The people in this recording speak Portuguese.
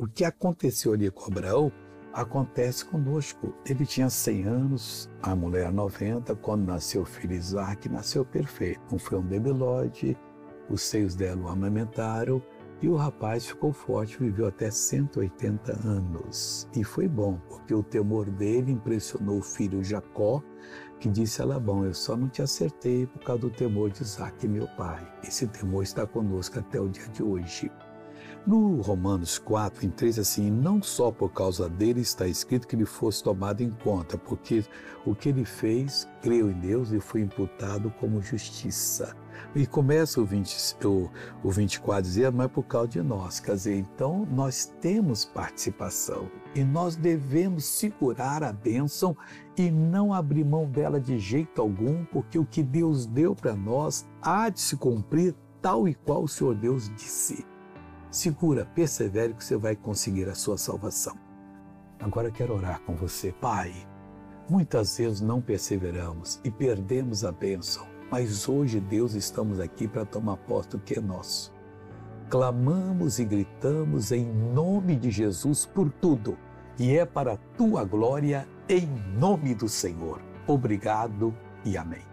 O que aconteceu ali com Abraão, acontece conosco. Ele tinha 100 anos, a mulher 90, quando nasceu o filho Isaac, nasceu perfeito. Não foi um debilóide, os seios dela o amamentaram e o rapaz ficou forte, viveu até 180 anos. E foi bom, porque o temor dele impressionou o filho Jacó, que disse a Labão: eu só não te acertei por causa do temor de Isaac, meu pai. Esse temor está conosco até o dia de hoje. No Romanos 4, em 3, assim, não só por causa dele está escrito que ele fosse tomado em conta, porque o que ele fez, creu em Deus e foi imputado como justiça. E começa o 24 dizendo, mas por causa de nós. Quer dizer, então nós temos participação e nós devemos segurar a bênção e não abrir mão dela de jeito algum, porque o que Deus deu para nós há de se cumprir tal e qual o Senhor Deus disse. Segura, persevere que você vai conseguir a sua salvação. Agora eu quero orar com você. Pai, muitas vezes não perseveramos e perdemos a bênção, mas hoje, Deus, estamos aqui para tomar posse do que é nosso. Clamamos e gritamos em nome de Jesus por tudo, e é para a tua glória, em nome do Senhor. Obrigado e amém.